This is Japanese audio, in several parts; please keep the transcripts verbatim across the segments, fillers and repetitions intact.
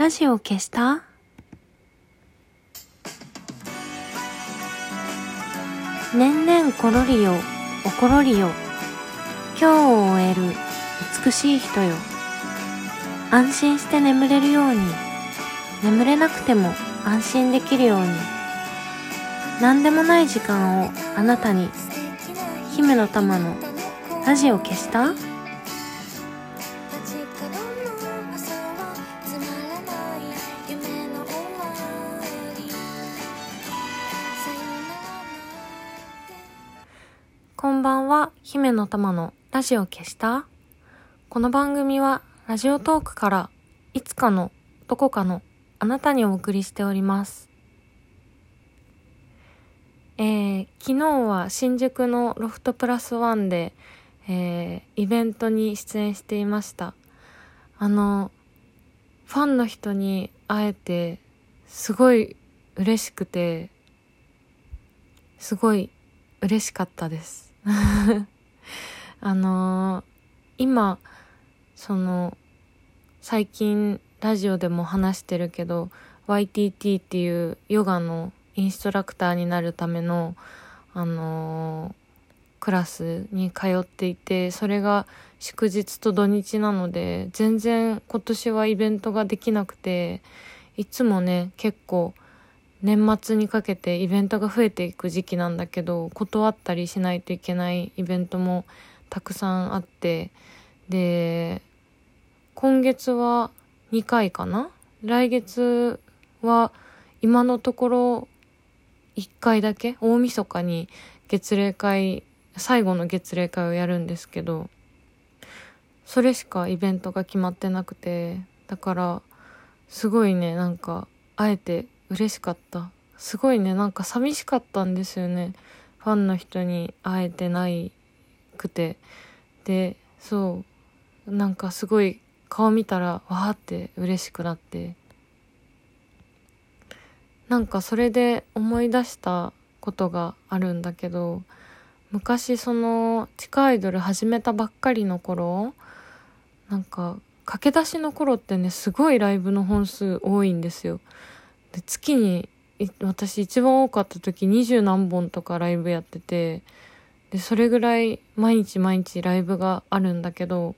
ラジオ消した？ねんねんころりよ、おころりよ。今日を終える美しい人よ。安心して眠れるように、眠れなくても安心できるように。何でもない時間をあなたに。姫の玉のラジオ消した？こんばんは、姫の玉のラジオ消した？この番組はラジオトークからいつかのどこかのあなたにお送りしております。えー、昨日は新宿のロフトプラスワンで、えー、イベントに出演していました。あのファンの人に会えてすごい嬉しくて、すごい嬉しかったですあのー、今その最近ラジオでも話してるけど ワイティーティー っていうヨガのインストラクターになるためのあのー、クラスに通っていて、それが祝日と土日なので全然今年はイベントができなくて、いつもね結構年末にかけてイベントが増えていく時期なんだけど、断ったりしないといけないイベントもたくさんあって、で今月はにかいかな、来月は今のところいっかいだけ、大晦日に月例会、最後の月例会をやるんですけど、それしかイベントが決まってなくて、だからすごいね、なんか会えて嬉しかった。すごいね、なんか寂しかったんですよね、ファンの人に会えてないくて。でそうなんかすごい顔見たらわーって嬉しくなって、なんかそれで思い出したことがあるんだけど、昔その地下アイドル始めたばっかりの頃、なんか駆け出しの頃ってね、すごいライブの本数多いんですよ。で月に私一番多かった時二十何本とかライブやってて、でそれぐらい毎日毎日ライブがあるんだけど、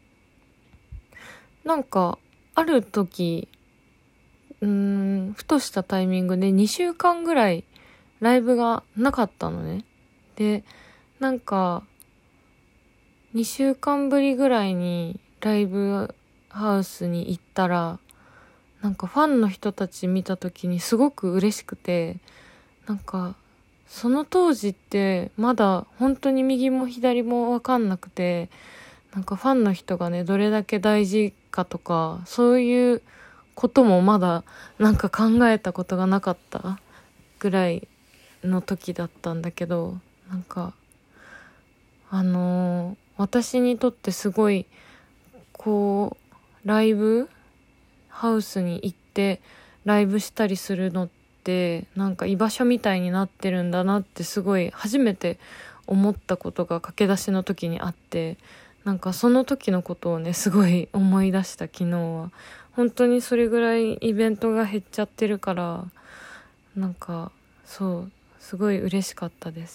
なんかある時うーんふとしたタイミングでにしゅうかんぐらいライブがなかったのね。でなんかにしゅうかんぶりぐらいにライブハウスに行ったら、なんかファンの人たち見た時にすごく嬉しくて、なんかその当時ってまだ本当に右も左も分かんなくて、なんかファンの人がねどれだけ大事かとか、そういうこともまだなんか考えたことがなかったぐらいの時だったんだけど、なんかあのー、私にとってすごいこうライブハウスに行ってライブしたりするのってなんか居場所みたいになってるんだなってすごい初めて思ったことが駆け出しの時にあって、なんかその時のことをねすごい思い出した。昨日は本当にそれぐらいイベントが減っちゃってるから、なんかそうすごい嬉しかったです。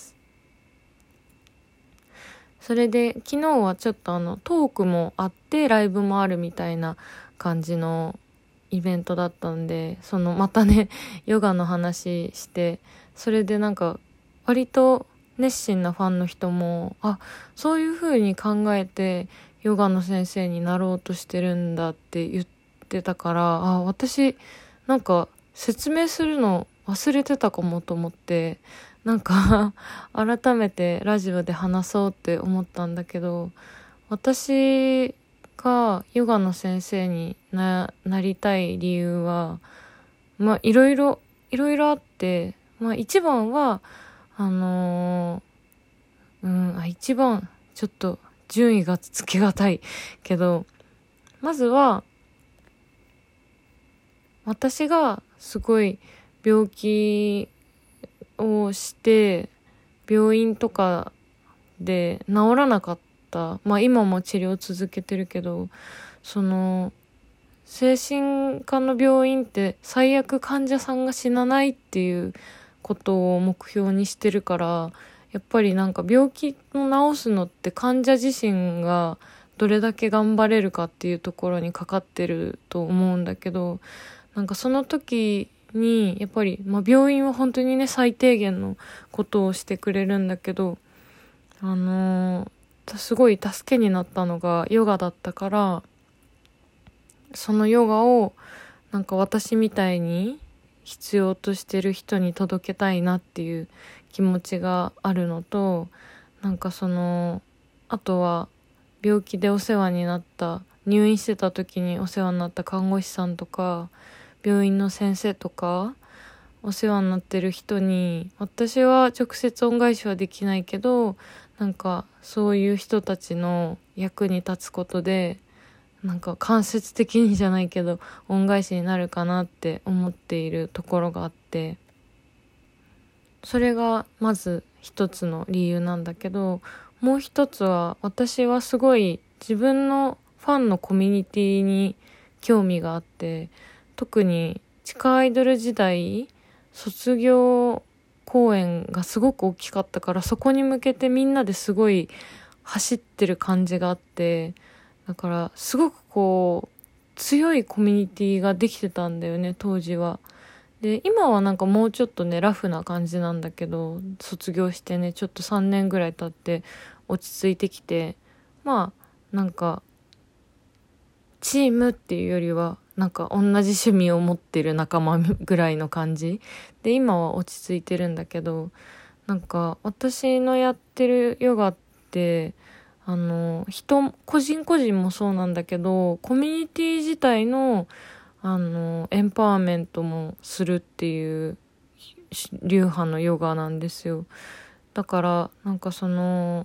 それで昨日はちょっとあのトークもあってライブもあるみたいな感じのイベントだったんで、そのまたねヨガの話して、それでなんか割と熱心なファンの人も、あ、そういう風に考えてヨガの先生になろうとしてるんだって言ってたから、あ、私なんか説明するの忘れてたかもと思って、なんか改めてラジオで話そうって思ったんだけど、私がヨガの先生に な, なりたい理由はまあいろいろいろいろあって、まあ一番はあのー、うんあ一番ちょっと順位がつけがたいけど、まずは私がすごい病気をして病院とかで治らなかった、まあ今も治療続けてるけど、その精神科の病院って最悪患者さんが死なないっていうことを目標にしてるから、やっぱりなんか病気を治すのって患者自身がどれだけ頑張れるかっていうところにかかってると思うんだけど、なんかその時にやっぱり、まあ、病院は本当にね最低限のことをしてくれるんだけど、あのー、すごい助けになったのがヨガだったから、そのヨガをなんか私みたいに必要としてる人に届けたいなっていう気持ちがあるのと、なんかそのあとは病気でお世話になった入院してた時にお世話になった看護師さんとか病院の先生とかお世話になってる人に、私は直接恩返しはできないけど、なんかそういう人たちの役に立つことでなんか間接的にじゃないけど恩返しになるかなって思っているところがあって、それがまず一つの理由なんだけど、もう一つは私はすごい自分のファンのコミュニティに興味があって、特に地下アイドル時代卒業公演がすごく大きかったから、そこに向けてみんなですごい走ってる感じがあって、だからすごくこう強いコミュニティができてたんだよね当時は。で今はなんかもうちょっとねラフな感じなんだけど、卒業してねちょっとさんねんぐらい経って落ち着いてきて、まあなんかチームっていうよりはなんか同じ趣味を持ってる仲間ぐらいの感じで今は落ち着いてるんだけど、なんか私のやってるヨガってあの人個人個人もそうなんだけど、コミュニティ自体のあのエンパワーメントもするっていう流派のヨガなんですよ。だからなんかその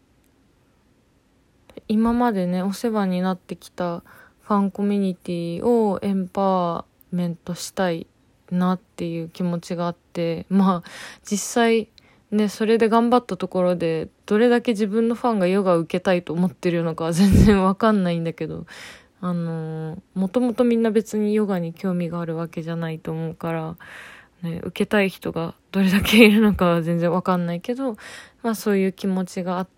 今までねお世話になってきたファンコミュニティをエンパワーメントしたいなっていう気持ちがあって、まあ実際ねそれで頑張ったところでどれだけ自分のファンがヨガを受けたいと思ってるのかは全然わかんないんだけど、あのー、もともとみんな別にヨガに興味があるわけじゃないと思うから、ね、受けたい人がどれだけいるのかは全然わかんないけど、まあそういう気持ちがあって、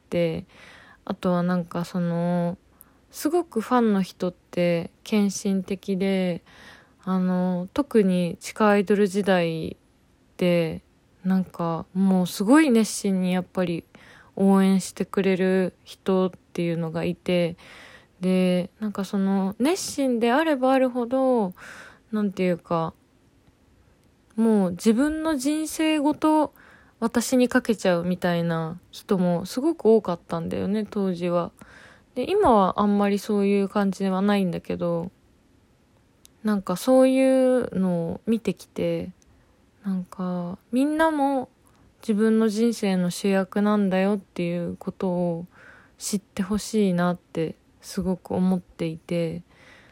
あとはなんかそのすごくファンの人って献身的で、あの特に地下アイドル時代でなんかもうすごい熱心にやっぱり応援してくれる人っていうのがいて、でなんかその熱心であればあるほどなんていうかもう自分の人生ごと私にかけちゃうみたいな人もすごく多かったんだよね当時は。で今はあんまりそういう感じではないんだけど、なんかそういうのを見てきて、なんかみんなも自分の人生の主役なんだよっていうことを知ってほしいなってすごく思っていて、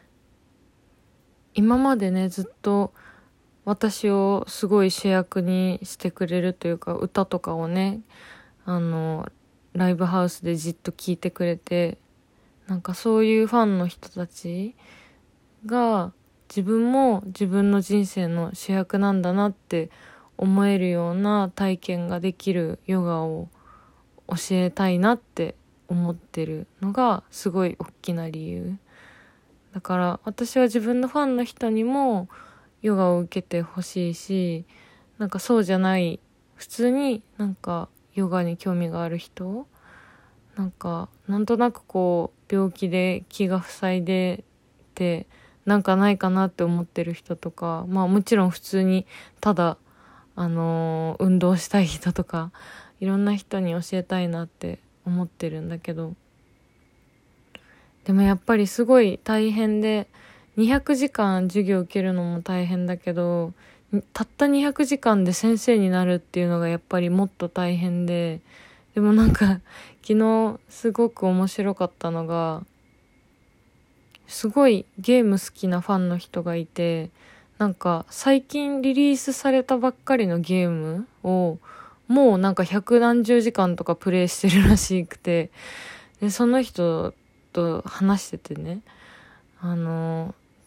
今までねずっと私をすごい主役にしてくれるというか、歌とかをねあのライブハウスでじっと聴いてくれて、なんかそういうファンの人たちが自分も自分の人生の主役なんだなって思えるような体験ができるヨガを教えたいなって思ってるのがすごい大きな理由だから、私は自分のファンの人にもヨガを受けてほしいし、なんかそうじゃない普通になんかヨガに興味がある人、なんかなんとなくこう病気で気が塞いでてなんかないかなって思ってる人とか、まあもちろん普通にただあのー、運動したい人とかいろんな人に教えたいなって思ってるんだけど、でもやっぱりすごい大変で、にひゃくじかん授業受けるのも大変だけど、たったにひゃくじかんで先生になるっていうのがやっぱりもっと大変で、でもなんか昨日すごく面白かったのが、すごいゲーム好きなファンの人がいて、なんか最近リリースされたばっかりのゲームをもうなんか百何十時間とかプレイしてるらしくて、でその人と話しててね、あの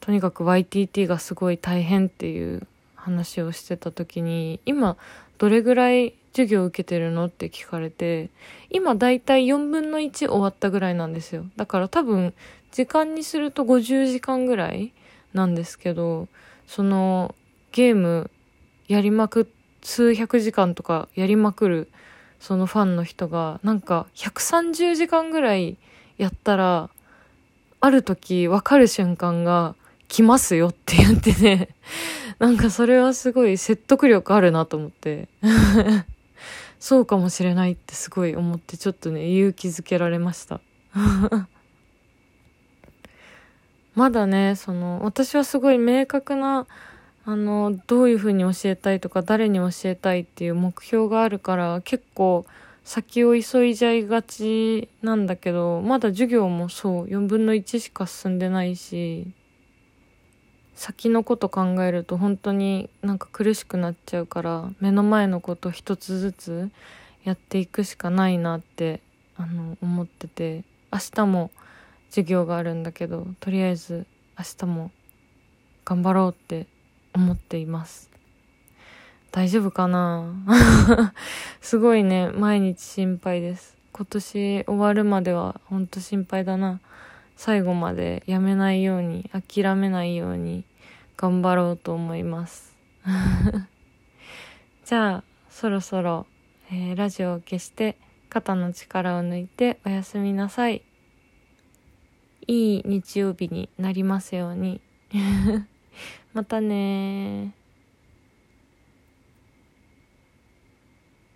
とにかく ワイティーティー がすごい大変っていう話をしてた時に、今どれぐらい授業受けてるのって聞かれて、今だいたいよんぶんのいち終わったぐらいなんですよ。だから多分時間にするとごじゅうじかんぐらいなんですけど、そのゲームやりまくっ数百時間とかやりまくるそのファンの人がなんかひゃくさんじゅうじかんぐらいやったらある時分かる瞬間が来ますよって言ってねなんかそれはすごい説得力あるなと思ってそうかもしれないってすごい思って、ちょっとね勇気づけられましたまだね、その私はすごい明確なあのどういうふうに教えたいとか誰に教えたいっていう目標があるから、結構先を急いじゃいがちなんだけど、まだ授業もそうよんぶんのいちしか進んでないし、先のこと考えると本当になんか苦しくなっちゃうから、目の前のこと一つずつやっていくしかないなってあの思ってて、明日も授業があるんだけど、とりあえず明日も頑張ろうって思っています。大丈夫かなすごいね、毎日心配です。今年終わるまではほんと心配だな。最後までやめないように、諦めないように頑張ろうと思いますじゃあそろそろ、えーラジオを消して肩の力を抜いておやすみなさい。いい日曜日になりますようにまたねー。